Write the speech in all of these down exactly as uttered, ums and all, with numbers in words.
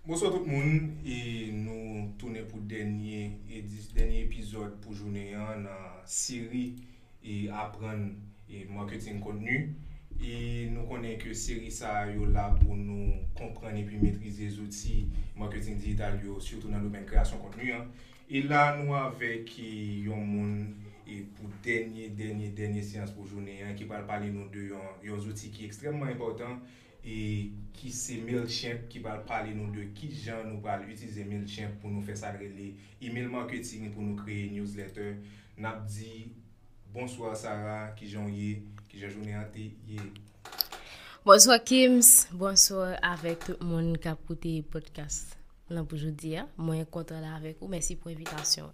Bonsoir tout le monde et nous tournons pour le dernier, édi- dernier épisode pour journée dans la série et apprendre et marketing contenu. Et nous connaissons que série ça yo là pour nous comprendre et puis maîtriser les outils marketing digital yo, surtout dans le domaine création de contenu. Hein. Et là nous avec eh, un monde et pour dernier dernier dernier séance pour journée hein, qui va parler nous de un outils qui est extrêmement important et qui c'est Mailchimp qui va parler nous de qui gens nous va utiliser Mailchimp pour nous faire ça les email marketing pour nous créer newsletter. N'a dit bonsoir Sarah qui j'en y qui j'ai journée en té y. Bonsoir Kims, bonsoir avec tout le monde qui a écouté le podcast. Là pour aujourd'hui, moi content là avec vous. Merci pour l'invitation.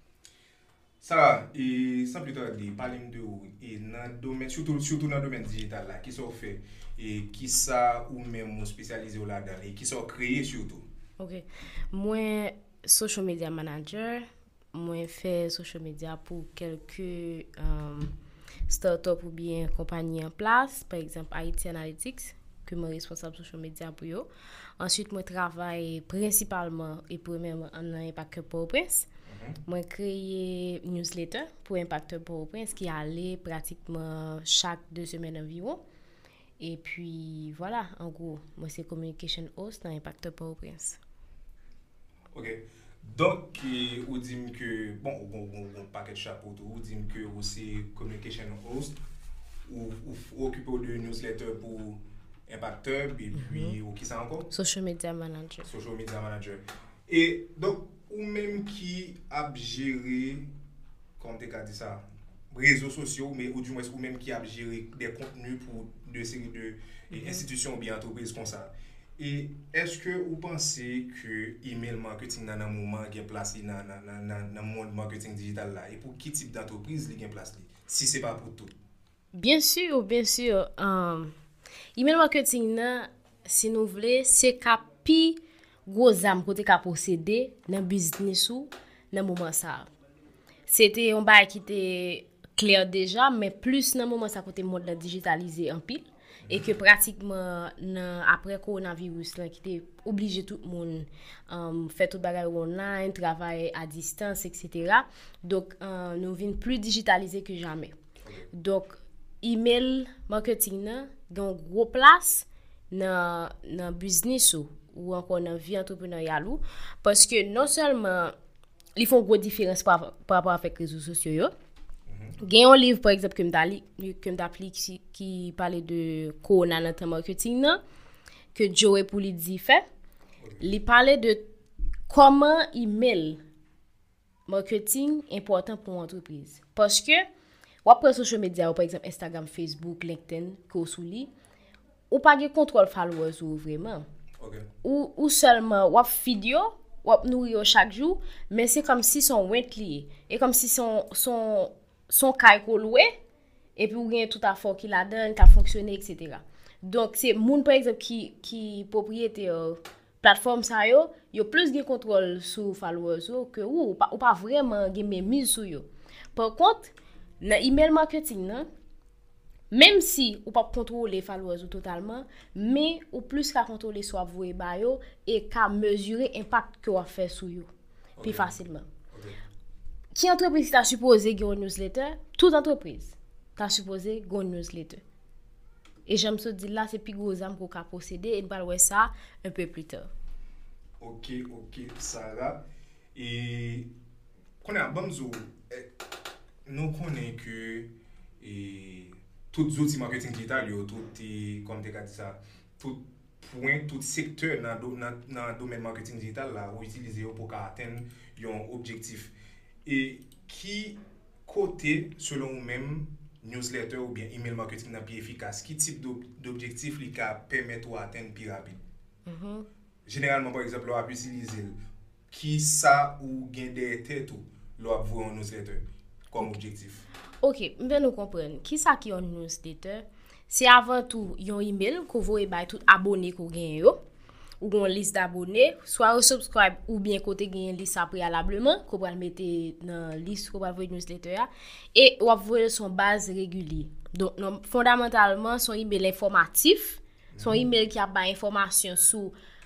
Sarah, et sans plus tarder, parlez-moi de vous et dans le domaine surtout surtout dans le domaine digital là, qui sont fait et qui ça ou même spécialisé là-dedans et qui sont créés surtout. OK. Moi social media manager, moi fait social media pour quelques um, start-up ou bien compagnie en place, par exemple I T Analytics que moi responsable social media pour eux. Ensuite moi travaille principalement et premièrement en impact Port-au-Prince. Moi créé newsletter pour Impacteur Port-au-Prince qui allait pratiquement chaque deux semaines environ. Et puis voilà, en gros, moi c'est communication host dans Impacteur Port-au-Prince. OK. Donc, eh, vous dites que, bon, bon, bon, bon paquet de chapeau, vous dites que vous c'est communication host, ou vous occupez de newsletter pour Impacteur, et puis, ou qui ça encore? Social media manager. Social media manager. Et donc, ou même qui a géré, comme tu as dit ça, réseaux sociaux, mais ou du moins, ou même qui a géré des contenus pour de séries de mm-hmm. institutions ou bien entreprises comme ça. Et est-ce que vous pensez que email marketing dans un moment qui est placé dans le monde marketing digital là et pour quel type d'entreprise il est placé si c'est pas pour tout? Bien sûr, bien sûr. Um, email marketing là, si nous voulons, c'est capi gros âme côté qu'a posséder dans business ou dans moment ça. C'était un bail qui était clair déjà, mais plus dans moment ça côté monde digitalisé en pile. Et que pratiquement nan, après coronavirus là qui était obligé tout le monde um, faire tout bagage online, travailler à distance, et cetera. Donc uh, nous venons plus digitalisé que jamais. Donc email marketing là une gros place dans dans business ou, ou encore dans vie entrepreneuriale parce que non seulement ils font gros différence par, par rapport avec les réseaux sociaux. Il y a un livre, par exemple, que je m'appelle qui, qui parlait de Corona dans le marketing, là, que Joe Pulizzi fait. Il parlait de comment email marketing est important pour l'entreprise. Parce que, après social media, par exemple, Instagram, Facebook, LinkedIn, que vous souli, ou pas de contrôle followers ou vraiment. Okay. Ou, ou seulement, ou vidéo, ou nourrir chaque jour, mais c'est comme si son went lié. Et comme si son, son son calcul loué et puis ou gagne tout à fait qui la donne qui a fonctionné et cetera. Donc c'est moun par exemple qui qui propriétaire euh, plateforme ça yo yo plus de contrôle sur followers que ou, ou pas ou pas vraiment gagne mise sur yo. Par contre dans email marketing là même si ou pas contrôler followers totalement mais ou plus qu'à contrôler soit vous et ba yo et qu'à mesurer impact que va faire sur yo plus okay. facilement. Qui entreprise t'a supposé gagner une newsletter? Toute entreprise t'a supposé gagner une newsletter. Et j'aime se dire là, c'est plus gros âme qu'on a possédé et nous parlons ça un peu plus tard. Ok, ok, Sarah. Et qu'on a bon nous connaissons que et tous les outils marketing digital, tout est comme tu as dit ça, tout point, tout secteur dans le domaine marketing digital là, ou utiliser pour atteindre un objectif. Et qui côté selon vous-même newsletter ou bien email marketing n'est plus efficace, qui type d'objectif li ka permettre ou atteindre plus rapide? Mm-hmm. Généralement par exemple on va utiliser qui ça ou gain des têtes ou l'on voir un newsletter comme objectif. OK, on va nous comprendre. Qui ça qui un newsletter? C'est avant tout un email que vous voyez tout abonné qu'on gagne yo. Ou une liste d'abonnés, soit subscribe ou bien côté gagne une liste préalablement qu'on va mettre dans liste qu'on va voir newsletter et on va voir son base régulière. Donc non, fondamentalement son email informatif, son email qui a ba information sur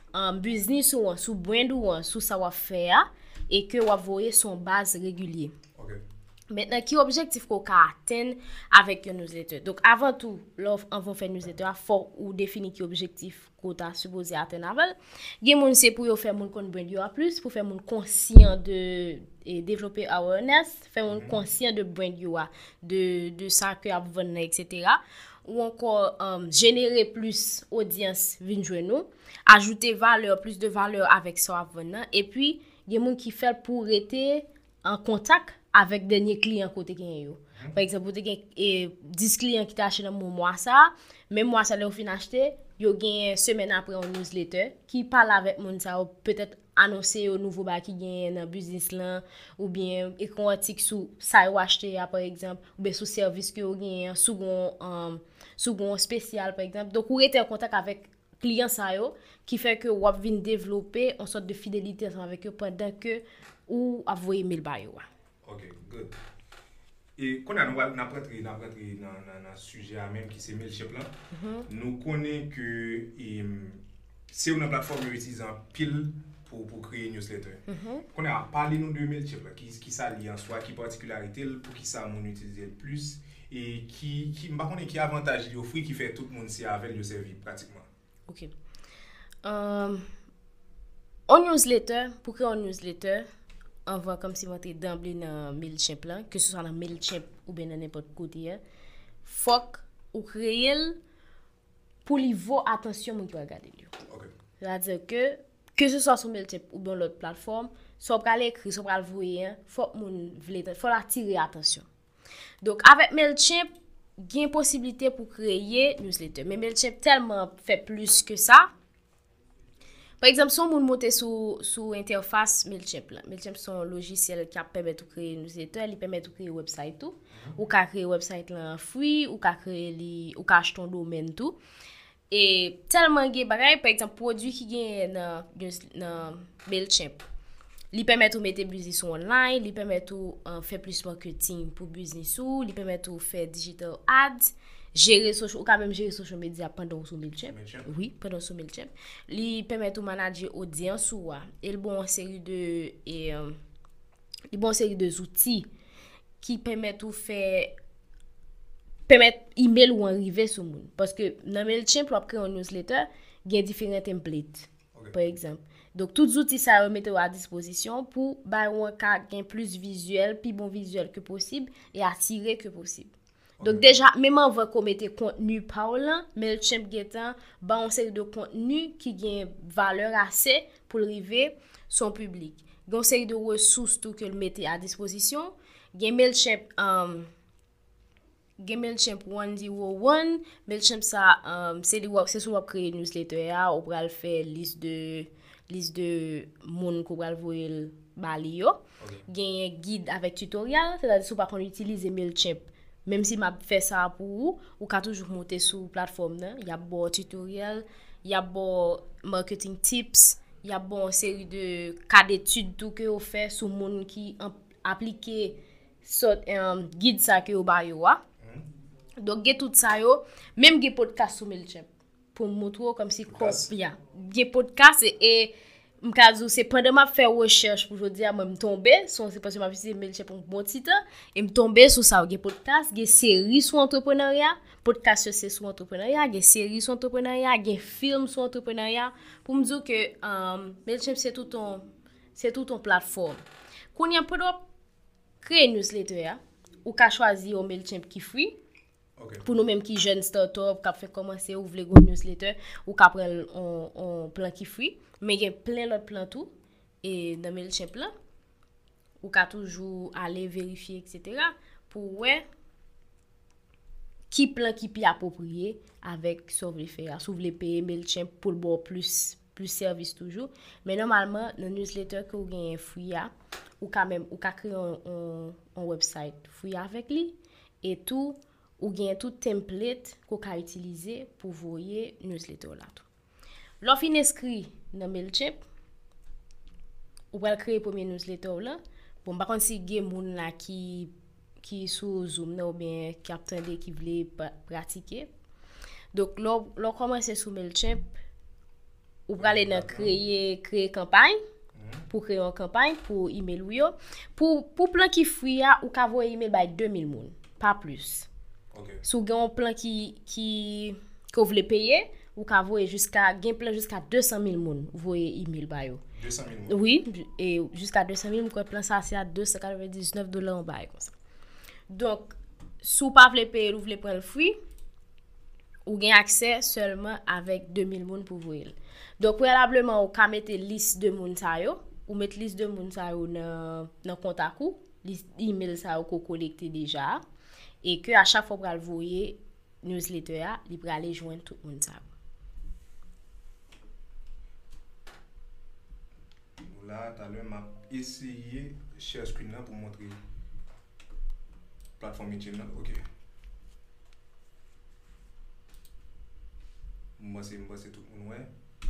um, business ou sous brand ou sous savoir-faire et que vous voyez son base régulier. Ok. Maintenant, qui objectif qu'on peut atteindre avec une newsletter? Donc, avant tout, l'offre, avant de faire une newsletter, il faut ou définir qui objectif qu'on est supposé atteindre avec. Il y a c'est pour faire mon compte brand à plus, pour faire mon conscient de et développer awareness, faire mon mm-hmm. conscient de brand de de ça que a vendre et cetera. Ou encore um, générer plus audience vinn jouer nous, ajouter valeur, plus de valeur avec ça vendre et puis il y a monde qui fait pour être en contact avec dernier client côté gagne yo. Par exemple, vous avez dix clients qui t'achètent dans mon mois ça, même moi ça leur fin acheter, yo gagne semaine après un newsletter qui parle avec mon ça peut-être annoncer au nouveau ba qui gagne dans business là ou bien écrire un article sur ça yo acheter par exemple ou bien sur service que yo gagne second um, second spécial par exemple. Donc vous êtes en contact avec client ça yo qui fait que vous vinn développer une sorte de fidélité avec eux pendant que ou envoyer mail ba yo. Ok, good. Et quand on a rentré dans le sujet même qui c'est Mailchimp là, mm-hmm. nous connaissons que um, c'est une plateforme utilisant pile pour, pour créer une newsletter. Mm-hmm. Quand on a parlé nous de Mailchimp là, qui qui s'allie en soi, qui particularité pour qui ça on utilise le plus et qui qui pas connaît qui avantage il offre qui fait tout le monde c'est avec le service pratiquement. OK. Um, en newsletter, pour créer une newsletter on voit comme si on était d'emblée dans Mailchimp là, que ce soit dans Mailchimp ou bien dans n'importe côté, faut ou créer pour lui voir attention mon qui regarder lui. OK. C'est-à-dire que que ce soit sur Mailchimp ou bien l'autre plateforme, soit pour aller écrire, soit pour aller voir, faut mon vle faut attirer attention. Donc avec Mailchimp, il y a une possibilité pour créer newsletter, mais Mailchimp tellement fait plus que ça. Par exemple, si on monte sur sur interface Mailchimp là, Mailchimp c'est un logiciel qui permet de créer une newsletter, il permet de créer website tout, ou ka créer website là free, ou ka créer li, ou ka acheter ton domaine tout. Et tellement gay bagay, par exemple, produit qui gagne dans dans Mailchimp, il permet de mettre business online, il permet de uh, faire plus marketing pour business ou, il permet de faire digital ads. Gérer social ou quand même gérer social media pendant sur Mailchimp. Oui, pendant sur Mailchimp. Li permet de manager audience ou et le bon série de et euh, le bon série de outils qui permettent de faire permettre email ou arriver sur monde parce que dans Mailchimp pour créer une newsletter, il y a différents templates. Okay. Par exemple. Donc tous les outils ça remettre à disposition pour ba ou gain plus visuel, plus bon visuel que possible et attirer que possible. Donc okay. Déjà, même avant qu'on mette contenu par là, Mailchimp getan ba on série de contenu qui gagne valeur assez pour arriver son public. Gon série de ressources tout que le mette à disposition. Gen Mailchimp um gen Mailchimp one oh one, Mailchimp ça um, c'est li c'est sur créer newsletter ya, ou pral faire liste de liste de monde ko pral voyer bali yo. Gen guide avec tutoriel, c'est-à-dire si pas qu'on utilise Mailchimp. Même si m'a fait ça pour vous, ou ka toujours monter sur plateforme là, il y a bon tutoriel, il y a bon marketing tips, il y a bon série de cas d'études tout que vous fait sur monde qui appliquer sort um, guide ça que vous ba yo. Mm. Donc get tout ça yo, même get podcast sur Mailchimp pour montrer comme si copia. Get podcast et, et m'kazou c'est pendant m'a faire recherche pour jodi a me tomber son c'est parce que m'a visité Mailchimp pour bon petit temps et me tomber sur ça des podcast des séries sur entrepreneuriat podcast c'est sur entrepreneuriat des séries sur entrepreneuriat des films sur entrepreneuriat pour me dire que um, Mailchimp c'est tout ton c'est tout ton plateforme qu'on y a peut créer newsletter ou ka choisir au Mailchimp qui free. Okay. Pour nous même qui jeunes start-up qui fait commencer ou voulez go newsletter ou qui prend on on plan qui free mais il y a plein d'autres plans tout et dans Mailchimp là ou ka toujours aller vérifier etc pour ouais qui plan qui plus approprié avec ce vous faire si vous voulez payer Mailchimp pour le bon plus plus service toujours mais normalement dans newsletter que vous gagnez free ou quand même ou ka créer un, un, un website free avec lui et tout ou gain tout template qu'on peut utiliser pour voyer newsletter là tout. L'offre inscrit dans Mailchimp ou va créer premier newsletter là. Bon par contre si gain moun là qui qui sous Zoom là ou bien qui attendait qui voulait pratiquer. Donc l'on l'on commence sur Mailchimp ou pral nan créer créer campagne pour créer une campagne pour email ou yo. Pour pour plan qui free a ou ka voye email by deux mille moun, pas plus. OK. Sou gen un plan qui qui que vous voulez payer ou ka voye jusqu'à gen plan jusqu'à deux cent mille moun voye email ba yo. deux cent mille moun. Oui, et jusqu'à deux cent mille moun, plan ça c'est à deux cent quatre-vingt-dix-neuf dollars en bail comme ça. Donc sou pas vle payer ou vle prendre free ou gen accès seulement avec deux mille moun pour voyer. Donc préalablement ou ka mette liste de moun sa yo, ou mettre liste de moun sa yo dans dans contact ou, liste email sa yo ko collecté déjà et que à chaque fois pral voyer newsletter a, li pral aller joindre tout moun sa. Là, tout à l'heure, m'a essayé share screen là pour montrer plateforme Intune là. OK. Moi c'est moi c'est tout le monde ouais.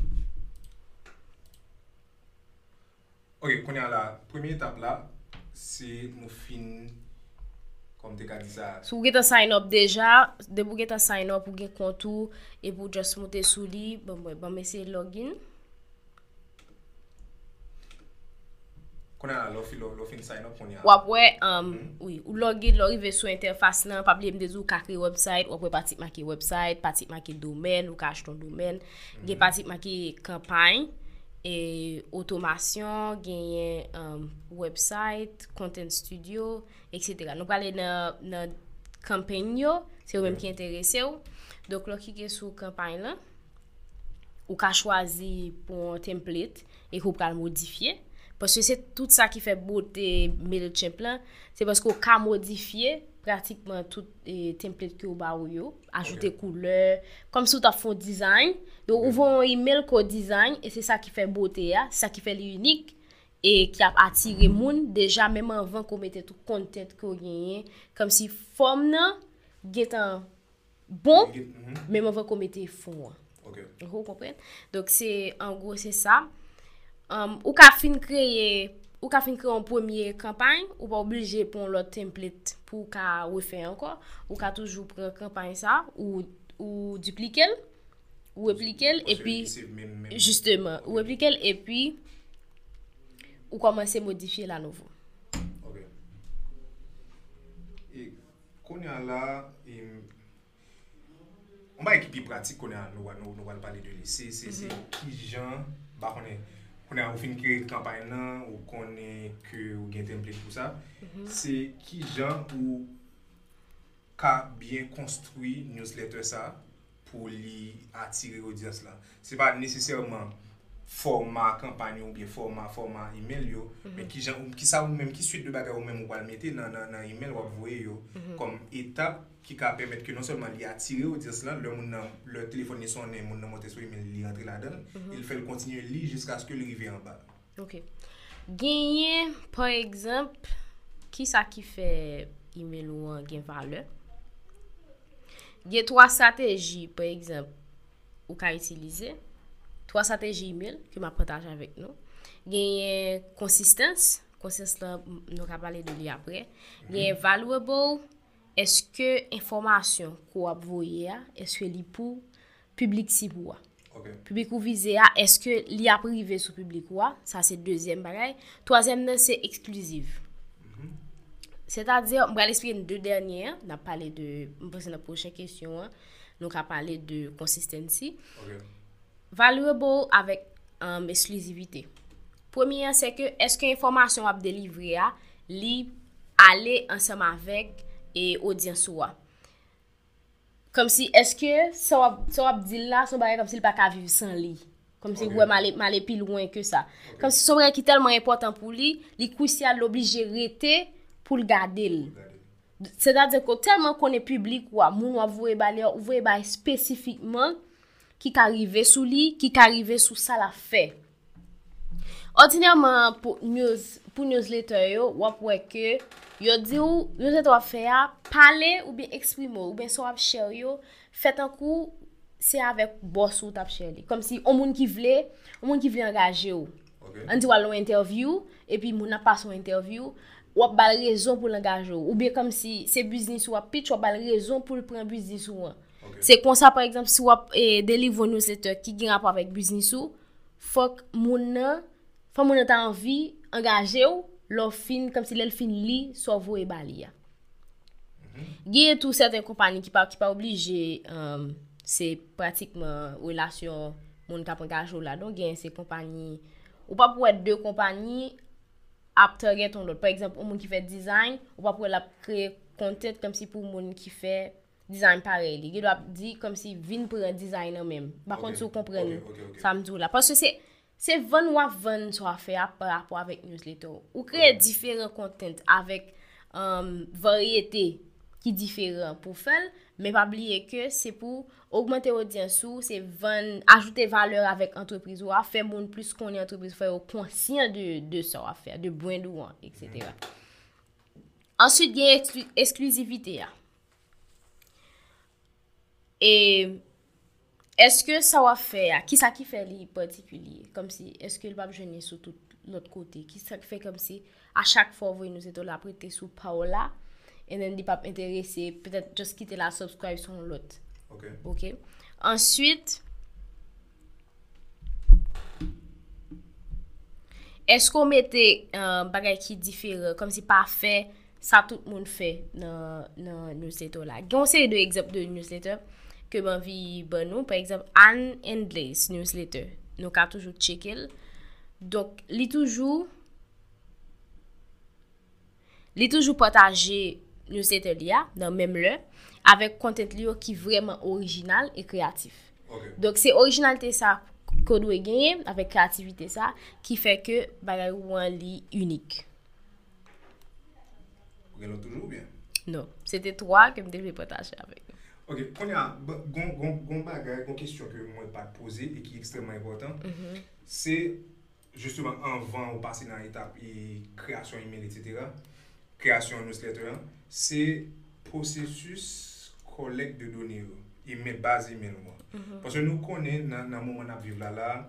OK, qu'on est à la première étape là, c'est nous fin comme tu as dit ça. Si vous avez sign up déjà, de vous avez sign up pour gen compte et pour juste monter sous lui, bon bon, bon mais c'est login. Qu'on a l'offre l'offre sign up qu'on y a. Ou après um mm-hmm. oui, ou login, l'arriver sur interface là, pas oublier me dire ou ka créer website, ou après parti marquer website, parti marquer domaine, ou ka acheter ton domaine, gen mm-hmm. parti marquer campagne et automation, gen um, website, content studio, et cetera. Nous parler dans dans campagne yo, c'est vous même qui intéressé ou. Donc là cliquer sur campagne là, ou ka choisir pour un template et qu'on peut modifier. Parce que c'est tout ça qui fait beauté MailChimp là, c'est parce qu'on peut modifier pratiquement tout les templates que vous avez yo, ajouter okay. couleur, comme si vous avez fait design, donc vous avez un email ko design et c'est ça qui fait beauté là, c'est ça qui fait l'unique et qui a attiré moun déjà même avant qu'on mette tout content que vous gagnez, comme si forme là getan bon, mm-hmm. même avant qu'on mette fond. OK. Vous comprenez? Donc c'est en gros c'est ça. Um, ou ka fin créer ou ka fin créer une première campagne ou pas obligé pour l'autre template pour ka refaire encore ou ka toujours prendre campagne ça ou ou dupliquer ou répliquer et puis même, même. justement okay. ou répliquer et puis ou commencer à modifier la nouveau. OK. Et qu'on a là et on va équipe pratique qu'on a nous nous nous va parler de c'est c'est c'est qui gens bah on est on a fin créer une campagne là ou connaît que ou gain template pour ça mm-hmm. c'est qui gens ou ka bien construit newsletter ça pour lui attirer audience là c'est pas nécessairement format campagne ou bien format format email yo mm-hmm. mais qui gens qui ça ou même qui suite de bagarre ou même ou va le mettre dans dans dans email ou envoyer yo mm-hmm. comme étape qui va permettre que non seulement lui attirer audience là le monde le téléphone sonne monde monter sur email lui rentrer là-dedans mm-hmm. il fait le continuer lire jusqu'à ce que il arrive en bas. OK. Gagner par exemple qui ça qui fait email ou gain valeur. Il y a trois stratégies par exemple ou ka utiliser. Trois stratégies email que m'a partager avec nous. Gagner consistance, consistance là nous va parler de lui après. Gagner mm-hmm. valuable. Est-ce que information qu'on a voyé est-ce que li pour public cible OK. Public ou visé est-ce que li a privé sur public ou ça c'est deuxième bagaille. Troisième c'est exclusive. Mm-hmm. C'est-à-dire on va expliquer deux dernières, on a parlé de on passe à la prochaine question, hein. Donc on a parlé de consistency. OK. Valuable avec um, exclusivité. Premier c'est que est-ce que information a délivré a li aller ensemble avec et audience ou comme si est-ce que ça ça va dire là ça va comme s'il pas qu'à vivre sans lui comme si ouais mal mal plus loin que ça okay. Comme si c'est qui tellement important pour lui li crucial l'obligé rester pour le garder c'est-à-dire que tellement qu'on est public ou moun va voyer baler ou voyer ba spécifiquement qui qu'arriver sous lui qui qu'arriver sous ça la fait ordinairement pour news pour newsletter yo ou après que yo dit ou newsletter doit faire parler ou bien exprimer ou bien so a share yo fait un coup c'est avec boss ou t'a share comme si on monde qui veut on monde qui veut engager ou OK on dit wa l'on interview et puis moun a pas son interview ou a bal raison pour l'engager ou bien comme si c'est business ou a pitch ou a bal raison pour le prendre business ou okay. C'est comme ça par exemple si ou a eh, délivre newsletter qui gagne rapport avec business ou faut que moun nan, faut moun nan ta envie engagé ou, leur fin comme si l'elle fin li soit voye bali ya. Gen tout certaines compagnies qui pas qui pas obligé um, c'est pratiquement relation moun ka engagé ou là donc gen ces compagnies ou pas pour être deux compagnies à target ton l'autre. Par exemple, un moun qui fait design, ou pas pour la créer content comme si pour moun qui fait design pareil. Il doit dire comme si vin pour un designer même. Par contre, si vous comprenez okay, okay, okay. ça me dit là parce que c'est c'est vingt ou vingt soit fait par rapport avec newsletter. Ou créer okay. différents content avec um, variété qui différent pour faire, mais pas oublier que c'est pour augmenter l'audience ou c'est vendre ajouter valeur avec entreprise ou faire monde plus qu'on est entreprise faire conscient de de ça à faire de bon ou et cetera. Mm-hmm. Ensuite il y a exclu- exclusivité. Et est-ce que ça va faire qui ça qui fait les particulier comme si est-ce que le pas jeûner sur tout l'autre côté qui ça fait comme si à chaque fois vous nous êtes là prêter sous Paola et then n'est pas intéressé peut-être juste quitter la subscribe sur l'autre. OK. OK. Ensuite est-ce qu'on mettait un euh, bagage qui différent comme si pas fait ça tout le monde fait dans dans newsletter là. On sait deux exemples de newsletter que m'envie bon nous par exemple Anne Endless newsletter. Nous ca toujours checker. Donc, li toujours li toujours partager newsletter là dans même le avec content li qui vraiment original et créatif. Okay. Donc c'est originalité ça qu'on doit gagner avec créativité ça qui fait que bagay ou un li unique. Vous gagnez toujours bien. Non, c'était trois que me devais partager avec. OK, on a gon gon gon bagay gon question que moi pas poser et qui est extrêmement important. Mm-hmm. C'est justement avant ou passer dans l'étape et création email et cetera. Création newsletter, c'est processus collecte de données, email base email moi. Mm-hmm. Parce que nous connaissons dans le moment où nous vivons là là,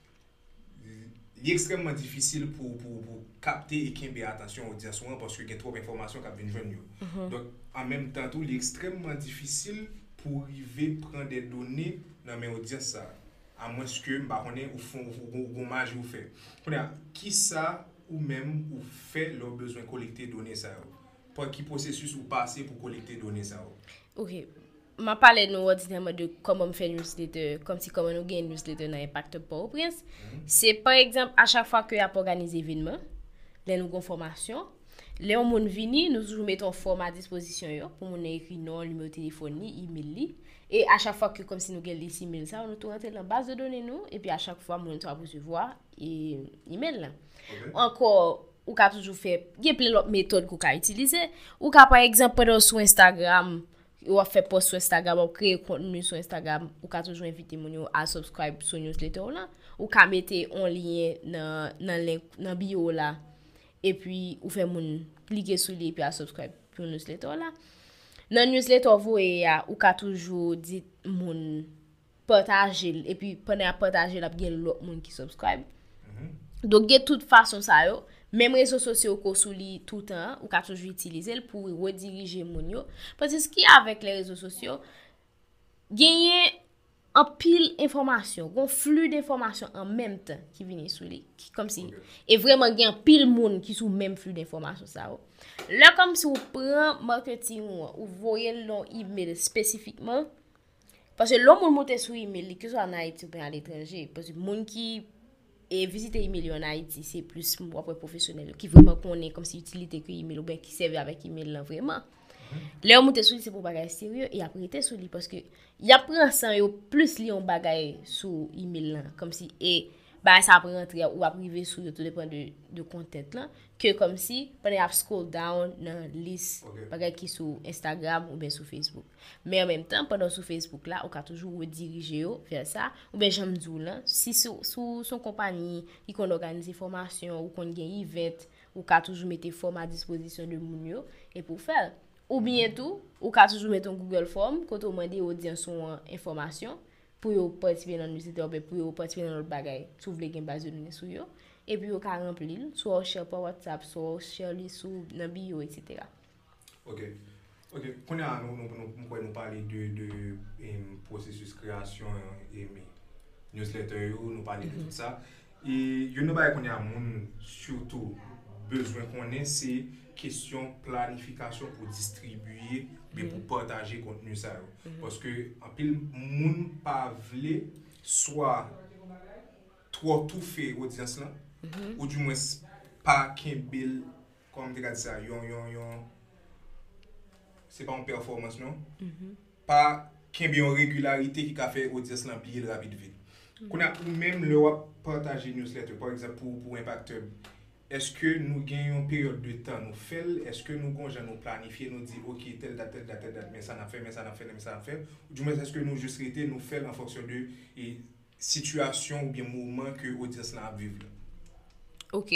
il est extrêmement difficile pour pour pour capter et qu'il y ait attention aux audience parce que il y a trop d'informations qui viennent joindre nous. Mm-hmm. Donc en même temps tout, il est extrêmement difficile pour arriver prendre des données dans mes audiences ça. À moins que bah on est au fond au magie ou fait. Qui ça ou même ou fait leur besoin collecter données ça. Par qui processus ou passer pour collecter données ça. OK. M'a parlé nous ordinairement de comment faire newsletter comme si comment nous gagne newsletter dans impact pour Prince. Mm-hmm. C'est par exemple à chaque fois que y a organiser événement, les nous formation, les on moun vini, nous toujours mettons forme à disposition yo pour moun écrit nom, numéro de téléphone, email li. Et à chaque fois que comme si nous gagne les email ça, on nous rentrer dans base de données nous et puis à chaque fois moun va recevoir et email là. Okay. Encore ou ka toujours fait, il y a plein d'autres méthodes qu'on ka utiliser. Ou ka par exemple sur Instagram, ou a fait post sur Instagram, ou créer contenu sur Instagram, ou ka toujours inviter moun à subscribe sur newsletter là, ou ka mettre un lien dans dans link dans bio là. Et puis ou fait moun cliquer sur lui et puis à subscribe pour newsletter là. Dans newsletter vous et ou ka toujours dit moun partager et puis pendant à partager là bien l'autre moun qui subscribe. Mm-hmm. Donc de toute façon ça yo, même réseaux sociaux ko sou li tout temps ou ka toujours utiliser pour rediriger moun yo parce que ce qui avec les réseaux sociaux gagner en pile information, un flux d'informations en même temps qui vient sur lui, comme si okay. Et vraiment il y a un pile monde qui sous même flux d'informations ça. Là comme si vous prend marketing ou voyez l'on email spécifiquement parce que l'on monte sur email que soit en Haïti ou à l'étranger parce que monde qui et visiter email en Haïti c'est plus après professionnel qui vraiment connaît comme si utilité que email ou bien qui servent avec email là vraiment. Là on monte sur lui c'est pour bagay sérieux et après était sur lui parce que il apprend ça yo plus li on bagay sur email là comme si et bah ça après rentrer ou arriver sur tout dépend de de content là que comme si pendant a scroll down dans liste okay. Bagay qui sur Instagram ou bien sur Facebook mais en même temps pendant sur Facebook là on peut toujours rediriger vers ça ou bien j'aime dire là si sur sur son compagnie qui qu'on organise formation ou qu'on gagne event ou peut toujours mettre forme à disposition de moun yo et pour faire ou bien tout ou ka toujours mettre un Google Form quand on demander audience son information pour yo participer dans newsletter pour yo participer dans l'autre bagay si vous voulez une base de données sur yo et puis yo ka remplir soit share par WhatsApp soit share li sur dans bio et cetera. OK. OK, quand nous nous nous nous parler de de um, processus création et newsletter yo, nous parler de tout ça. Et yo nou bagay qu'on a moun surtout besoin qu'on ait c'est question planification pour distribuer mais pour partager contenu ça yo. Parce que en pile moun pa vle soit trop tout fait audience là ou du moins pas kembel comme tu as dit ça yon yon yon c'est pas une performance non pas kembel une régularité qui a fait audience là plier rapide vite qu'on a ou même le partager newsletter par exemple pour pour impacteur. Est-ce que nous gagnons une période de temps nous fait est-ce que nous gonja nous planifier nous dire OK telle date telle date telle date mais ça n'a fait mais ça n'a fait mais ça n'a fait ou du moins est-ce que nous juste rester nous faire en fonction de et situation ou bien moment que audience là vivre. OK.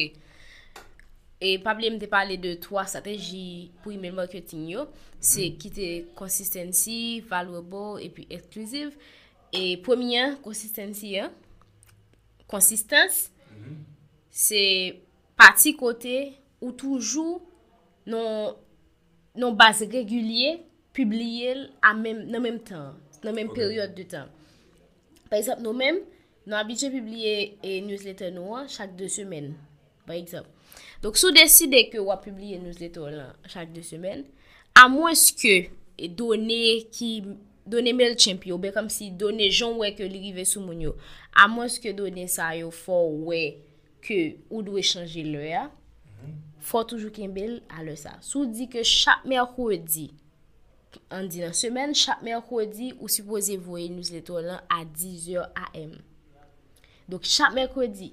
Et Pablo me parlé de trois stratégies pour email marketing yo, c'est qui était consistency, valuable et puis exclusive. Et première consistency hein, consistance mm-hmm. c'est parti côté ou toujours non non base régulier publier à même dans même temps dans même okay. période de temps. Par exemple nous même nous habitué publier et newsletter nous chaque deux semaines par exemple. Donc si vous décidez que vous publier newsletter là chaque deux semaines à moins que données qui donner MailChimp yo ben comme si donner Jean ouais que li rive sou moun yo à moins que donner ça yo faut ouais que ou doit changer l'heure faut toujours kembel à l'heure ça sou dit que chaque mercredi en dit dans semaine chaque mercredi ou supposé voyer newsletter là à dix heures A M donc chaque mercredi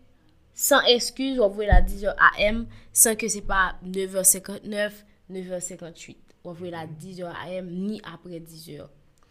sans excuse on voit à dix heures A M sans que c'est pas neuf heures cinquante-neuf neuf heures cinquante-huit on voit à dix heures A M ni après dix heures.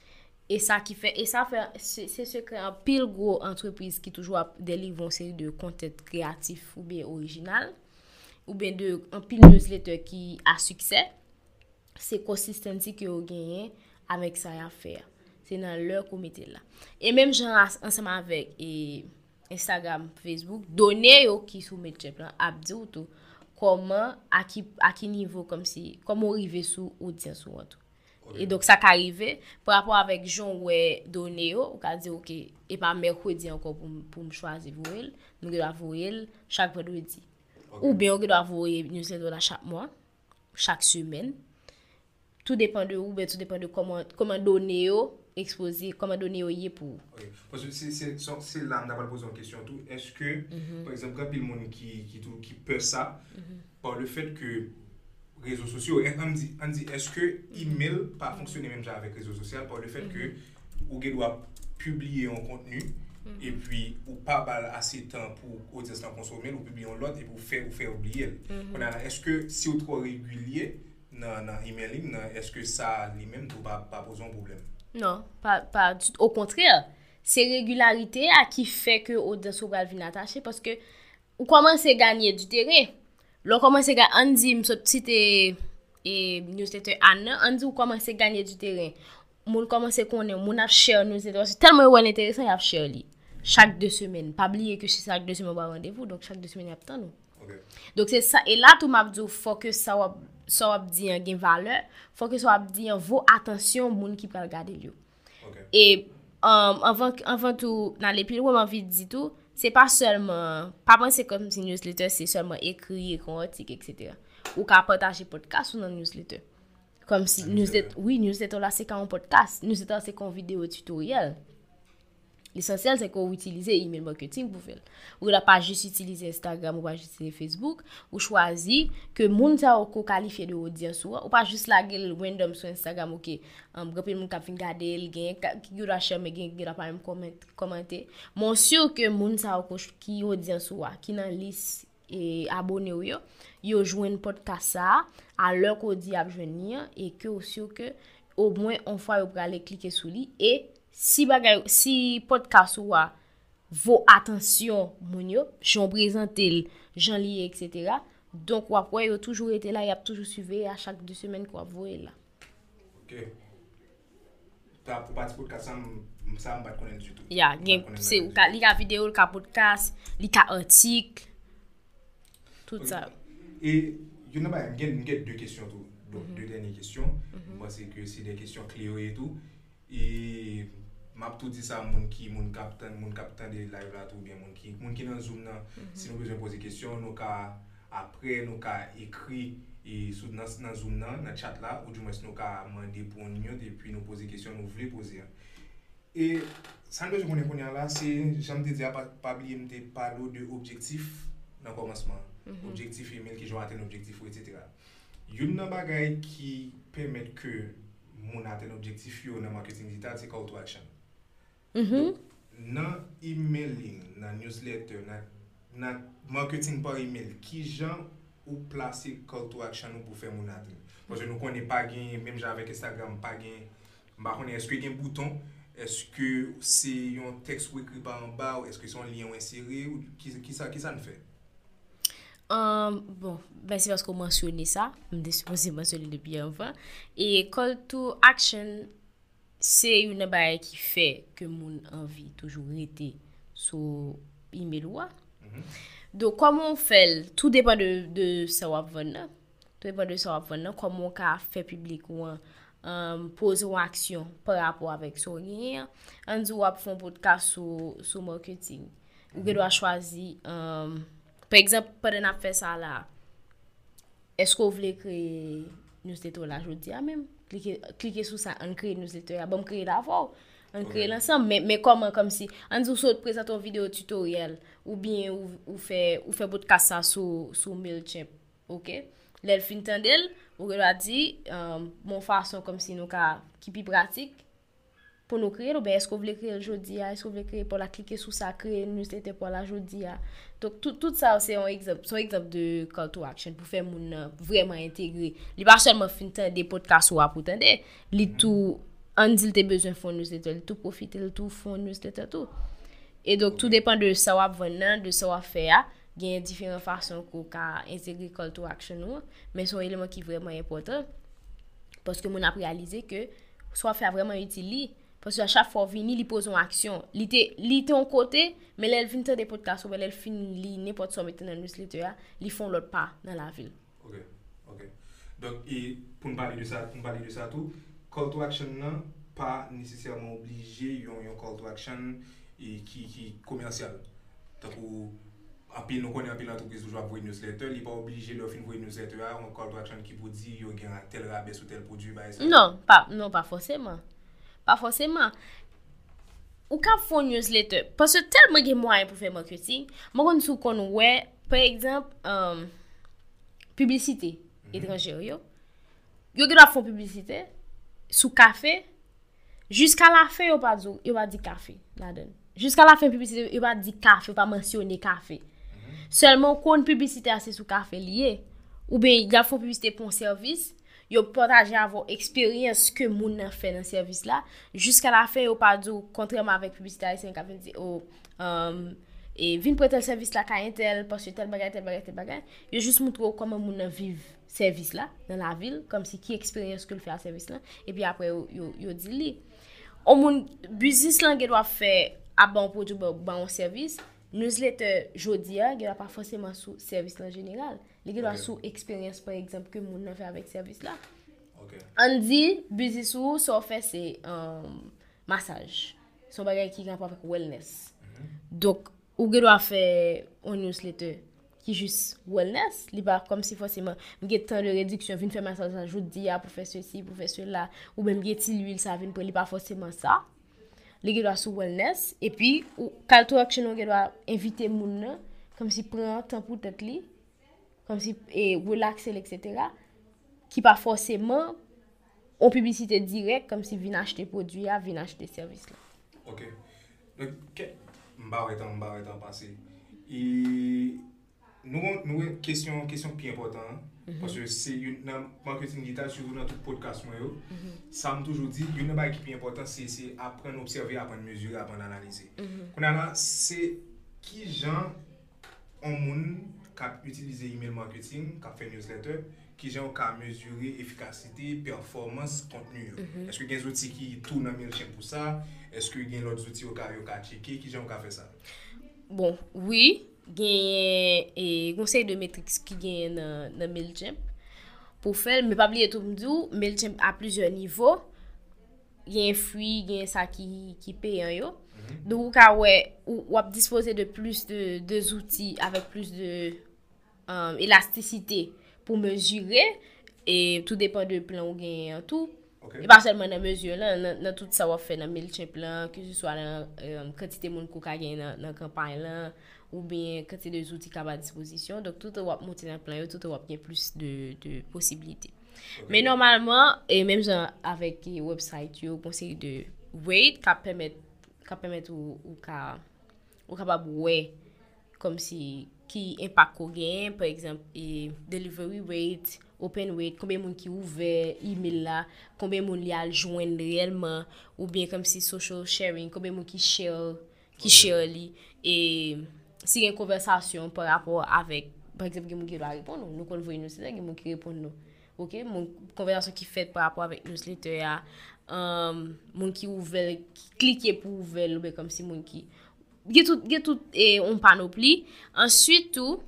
Et ça qui fait et ça fait c'est, c'est ce que un pile gros entreprise qui toujours délivre une série de content créatif ou bien original ou bien de un pile newsletter qui a succès, c'est consistency que vous gagnez avec ça à faire. C'est dans leur comité là. Et même genre ensemble avec et Instagram, Facebook, donner yo qui soumet chep là abdi ou tout comment à qui à qui niveau comme si comment arriver sous audience ou tout. Et donc ça qu'arrive par rapport avec Jean ouais donné yo, on va dire OK et pas mercredi encore pour pour me choisir vous nous doit voir chaque vendredi. Okay. Ou bien on doit voir newsletter chaque mois, chaque semaine. Tout dépend de où, ben tout dépend de comment comment donner yo exposer, comment donner yo y pour. Okay. Parce que c'est c'est c'est là on a pas posé une question tout. Est-ce que mm-hmm. par exemple quand il y a monde qui qui tout qui peut ça mm-hmm. par le fait que réseaux sociaux on dit on dit est-ce que email pas fonctionner même déjà avec réseaux sociaux par le fait mm-hmm. que ou doit publier un contenu mm-hmm. et puis ou pas assez de temps pour audience consommer ou publier un lot et pour faire ou faire oublier mm-hmm. est-ce que si ou trop régulier dans dans emailing est-ce que ça lui-même ou pas pas poser un problème? Non, pas pas du tout, au contraire c'est régularité à qui fait que audience va venir attacher parce que ou commence à gagner du terrain. L'on commence à gagner, on dit, m'sot cité et newsletter Anna, on dit ou commence à gagner du terrain. Moun commence à connaître, moun a share newsletter, c'est tellement ouais intéressant, y a share li. Chaque deux semaines, pas oublier que c'est chaque deux semaines on rendez-vous, donc chaque deux semaines y a temps nous. Okay. Donc c'est ça et là tout m'a dit faut que ça va ça va dire gain valeur, faut que ça va dire vaut attention moun qui peut regarder yo. Okay. Et um, avant avant tout dans les plus loin envie de dire tout c'est pas seulement pas penser comme si newsletter c'est seulement écrire un article etc ou qu'à partager podcast ou dans newsletter comme si newsletter oui newsletter là c'est quand un podcast newsletter c'est quand vidéo tutoriel l'essentiel c'est qu'on utilise email marketing pour faire ou là pas juste utiliser Instagram ou pas juste utiliser Facebook ou choisir que moun ça ou qualifié de audience ou pas juste la gueule random sur Instagram OK um grand moun ka fin garder il gain qui doit share mais gain qui doit pas même commenter mon sûr que moun ça ou qui audience ou qui dans liste et abonné ou yo yo joindre podcast ça à l'heure qu'on dit à venir et que aussi que au moins on fois yo aller cliquer sur lui et si bagay si podcast ou a vos attention moun yo j'en présenter j'en li etc donc ou après yo toujours été là y a toujours suivi à chaque deux semaines quoi voyer là. OK ta pour partir podcast ça ça me pas connaître du tout. Ya c'est ou ka li ka vidéo li ka podcast li ka article tout okay. Ça et you know ba gen gen deux questions tout donc mm-hmm. deux dernières questions mm-hmm. moi c'est que c'est des questions clés et tout et m'a tout dit ça moun qui moun captain moun captain de live là tout bien moun qui moun qui dans Zoom là si nous besoin poser question nous ca après nous ca écrit et sous dans dans Zoom là dans chat là ou du moins nous ca demander pour nous et puis nous poser question nous voulez poser et ça nous connaît connaît là c'est j'aime te dire pas pas oublier me parler de objectif dans commencement mm-hmm. objectif email qui joue atteindre objectif et cetera une nan bagay qui permet que mon atteindre objectif yo dans marketing digital c'est call to action. Mhm. Dans emailing, dans newsletter, dans marketing par email, qui gens ou placer call to action pour faire mon atteindre. Parce que nous connaissons pas gain même avec Instagram pas gain bah on est-ce que gain bouton est-ce que c'est un texte écrit par en bas ou est-ce que c'est un lien inséré ou qui qui ça qui ça nous fait? Um, bon, ben c'est parce qu'on mentionnait ça, je me supposé mentionner depuis avant. Et call to action, c'est une barrière qui fait que mon envie toujours rester sur email ou mm-hmm. Donc comment on fait? Tout dépend de de ça va venir. Tout dépend de ça va venir. Comment on peut faire public ou um, poser une action par rapport avec son lien. On dit on fait un podcast sur sur marketing. Ou mm-hmm. doit choisir um, par exemple, pendant qu'on fait ça là, est-ce que vous voulez créer newsletter là aujourd'hui même? Cliquez, cliquez sur ça, on crée newsletter, bon créer d'abord, on crée l'ensemble, mais mais comment comme si on dit soit présenter une vidéo tutoriel ou bien ou, ou fait ou fait podcast ça sur sur Mailchimp, OK? L'elle fin tandel, ou doit dire euh, mon façon comme si nous ca qui plus pratique pour nous créer ou bien est-ce que vous voulez créer aujourd'hui, est-ce que vous voulez créer pour la cliquer sur ça créer une newsletter pour la aujourd'hui. Donc tout tout ça c'est un exemple, c'est un exemple de call to action pour faire moun vraiment intégrer. Il pas seulement fin des podcasts ou pour tendre, il tout on dit tu besoin fond newsletter, tout profiter le tout fond newsletter tout. Et donc tout dépend de ça va venir, de ça va faire. Il y a différentes façons qu'on peut intégrer call to action mais c'est un élément qui est vraiment important parce que mon a réalisé que soit faire vraiment utile parce que à chaque fois vini il pose une action il était il était en côté mais là elle vient des podcasts ou elle fin li n'importe quoi mettre dans newsletter ils font l'autre pas dans la ville. OK. OK. Donc et pour nous parler de ça pour nous parler de ça tout call to action non pas nécessairement obligé yon yon call to action et qui qui commercial. Donc après nous connaît après l'entreprise toujours pour une newsletter il pas obligé de faire une newsletter un call to action qui vous dit yo gain tel rabais sur tel produit bah ça. Non, pas non pas forcément. Pas forcément. Ou ka font newsletter parce que tellement de moyens pour faire marketing. Moi quand sou kon ouais par exemple um, publicité mm-hmm. étrangère yo. Yo doit faire publicité sous café jusqu'à la fin yo pas dire yo pas dire café là-dedans. Jusqu'à la fin publicité yo pas dire café, pas mentionner café. Mm-hmm. Seulement quand publicité assez sous café lié ou bien il y a font publicité pour un service yo partager avoir expérience que moun nan fait dans service là jusqu'à la fin yo pas dire contrairement avec publicité c'est qu'a dit oh um, et vinn prêter le service là ka intel parce que tel bagay tel bagay tel bagay yo juste montrer comment moun nan vive service là dans la ville comme si qui expérience que le fait service là et puis après yo yo, yo dit li on moun business là qui doit faire à bon produit bon service newsletter jodi a doit pas forcément sous service en général les doit sous expérience par exemple que moun nan fait avec service là. OK. On dit business ou ça fait c'est un um, massage. Son bagay qui rapport avec wellness. Mm-hmm. Donc ou doit faire un newsletter qui juste wellness, li pas comme si forcément m'gè temps de réduction vinn faire massage jodi a pour faire ceci pour faire cela ou même gè ti l'huile ça vinn pour li pas forcément ça. Les doit sous wellness et puis ou call to action on doit inviter moun comme si prend temps pour tête li comme si et relaxer et cetera qui pas forcément en publicité directe comme si vient acheter produit à vient acheter service là. OK. Donc m'ba ouais temps m'ba ouais temps passé et nous nous question question plus importante mm-hmm. parce que c'est une dans marketing digital surtout dans tout podcast moi yo mm-hmm. ça me toujours dit une bail qui est important c'est c'est apprendre observer apprendre mesurer apprendre analyser mm-hmm. qu'on a c'est qui gens on moun cap utiliser email marketing cap faire newsletter qui gens cap mesurer efficacité performance contenu mm-hmm. est-ce que il y a des outils qui tournent dans Mailchimp pour ça est-ce que il y a d'autres outils au cas yo cap checker qui gens cap faire ça bon oui gagne et conseil de métriques qui gagne dans dans Mailchimp pour faire mais pas oublier tout me dire Mailchimp à plusieurs niveaux gen fruit, gen ça qui qui paye yo. Mm-hmm. Donc ou ka ouais ou, ou disposer de plus de deux outils avec plus de um, élasticité pour mesurer et tout dépend de plan ou gen tout. Okay. Et pas seulement dans mesure là, dans, dans tout ça on fait dans MailChimp là, que ce soit dans euh, quantité de monde ko ka gen dans dans campagne là ou bien quantité de outils qu'a à disposition. Donc tout on va monter dans plan, tout on va bien plus de de possibilités. Okay. Mais normalement et même genre avec les websites yo conseil de rate qui permet qui permet ou ou ka ou capable ouais comme si qui impact ko gain par exemple et delivery rate, open rate, combien de monde qui ouvert email là, combien de monde li a joindre réellement ou bien comme si social sharing, combien de monde qui share qui okay. share li et si il y a une conversation par rapport avec par exemple quelqu'un qui doit répondre nous qu'on voit nous c'est quelqu'un qui répond nous. OK, mon conversation qui fait par rapport avec newsletter ya um mon qui ouvert qui cliquer pour ouvert ou comme si mon qui il tout il tout et on panoplie ensuite tout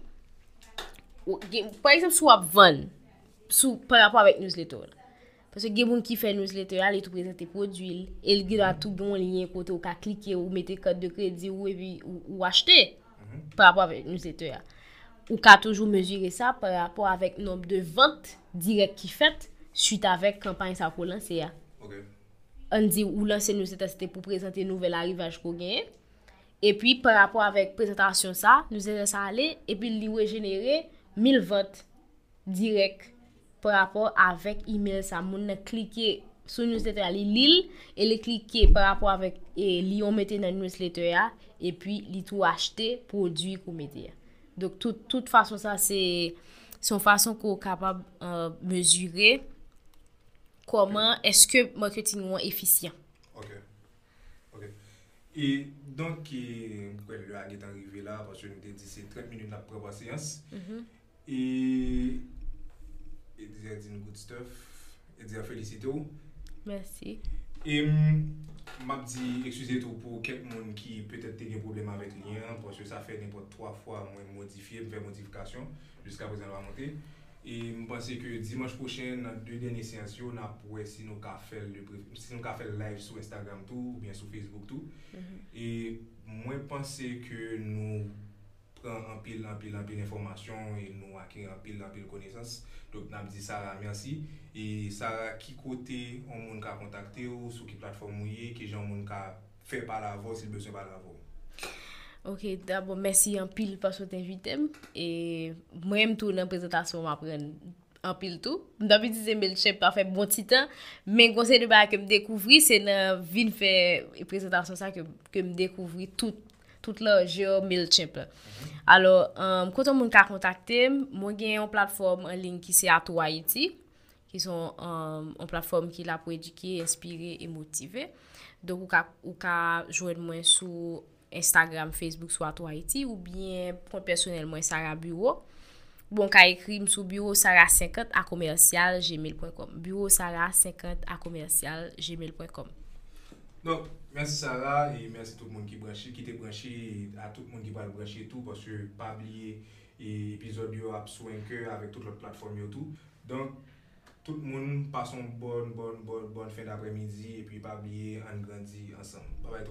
par exemple soit vendre sous par rapport avec newsletter parce que il y a moun qui fait newsletter là il tout présenter produit et il doit tout bon lien côté ou ka cliquer ou mettre code de crédit ou et puis ou, ou acheter mm-hmm. par rapport avec newsletter là ou ka toujours mesurer ça par rapport avec nombre de ventes directes qui fait suite avec campagne ça pour lancer là. OK. On dit ou lancer newsletter c'était pour présenter nouvel arrivage qu'on gagne. Et puis par rapport avec présentation ça, nous allons ça aller et puis lui régénérer mille ventes directes par rapport avec email ça moun cliquer sur newsletter li lire et les cliquer par rapport avec et li on mettait dans newsletter et puis li tout acheter produit qu'on mettait. Donc toute toute façon ça c'est son façon qu'on capable euh, mesurer comment est-ce que marketing est efficient. OK. OK. Et donc quand le a est arrivé là parce que nous dit c'est trente minutes la prépa séance. Mm-hmm. Et et dire dit good stuff et dire féliciter vous. Merci. Et m'a dit excusez tout pour quelqu'un qui peut-être a un problème avec lien parce que ça fait n'importe trois fois moi modifier faire modification jusqu'à présent on va monter et je pense que dimanche prochain dans deux dernières séances on a pour si nous ca faire le si nous ca faire live sur Instagram tout ou bien sur Facebook tout mm-hmm. Et moi pense que nous prend en pile en pile en pile information et nous acquérir en pile en pile connaissance. Donc n'a dit Sarah merci et Sarah qui côté on monde ka contacter ou sur qui plateforme mouillé qui gens monde ka faire par la voix s'il besoin par la voix. OK, d'abord merci en pile parce que t'invité et moi même tout dans présentation m'apprendre en pile tout. D'habitude disais MailChimp pas fait bon petit temps mais conseil de ba que me découvrir c'est dans vinn faire présentation ça que que me découvrir tout toute la jeu MailChimp. Mm-hmm. Alors um, quand on moun ka contacter moi j'ai une plateforme en ligne qui c'est Ato Haïti qui sont um, une plateforme qui la pour éduquer, inspirer et motiver. Donc ou ka ou ka joindre moi sur Instagram, Facebook sur Ato Haïti ou bien compte personnel moi Sarah Bureau. Bon ka écrit sur bureau sarah cinquante à commercial gmail point com. Bureau sarah cinquante à commercial gmail point com. Donc, merci Sarah et merci tout le monde qui branché, qui t'est branché, à tout le monde qui va le brancher tout parce que pas oublier et épisode yo a soin cœur avec toute l'autre plateforme yo tout. Donc tout le monde passe une bonne bonne bonne bonne fin d'après-midi et puis pas oublier on grandit ensemble. Bye bye tout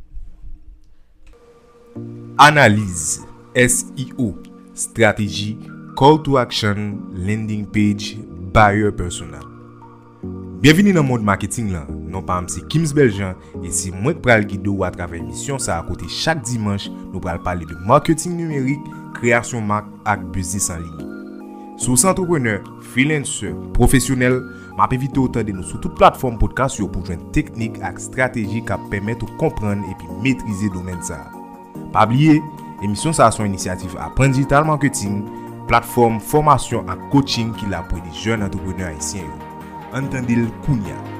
le monde. Analyse S E O, stratégie, call to action, landing page, buyer persona. Bienvenue dans le monde marketing là. Non pas c'est Kims Belgian et c'est moi qui pral guider à travers émission ça à côté chaque dimanche nous pral parler de marketing numérique, création marque et business en ligne. Sous entrepreneur, freelancer, professionnel, m'a invité autant de nous sur toute plateforme podcast pour joindre technique et stratégie qui permettent de comprendre et puis maîtriser domaine ça. Pas oublier, émission ça son initiative Apprendre Digital Marketing, plateforme formation et coaching qui l'a pour les jeunes entrepreneurs haïtiens. Entendez le Kounia.